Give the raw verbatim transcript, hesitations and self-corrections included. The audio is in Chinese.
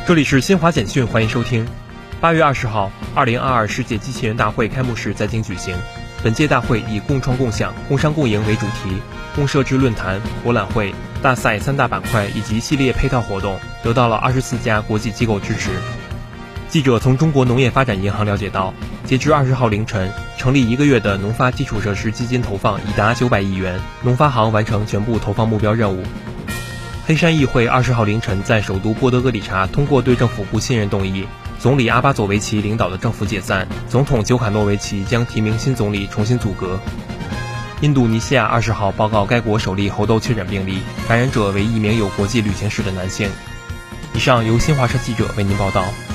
这里是新华简讯，欢迎收听。八月二十号，二零二二世界机器人大会开幕式在京举行。本届大会以共创共享、共商共赢为主题，共设置论坛、博览会、大赛三大板块以及系列配套活动，得到了二十四家国际机构支持。记者从中国农业发展银行了解到，截至二十号凌晨，成立一个月的农发基础设施基金投放已达九百亿元，农发行完成全部投放目标任务。黑山议会二十号凌晨在首都波德戈里察通过对政府不信任动议，总理阿巴佐维奇领导的政府解散，总统久卡诺维奇将提名新总理重新组阁。印度尼西亚二十号报告该国首例猴痘确诊病例，感染者为一名有国际旅行史的男性。以上由新华社记者为您报道。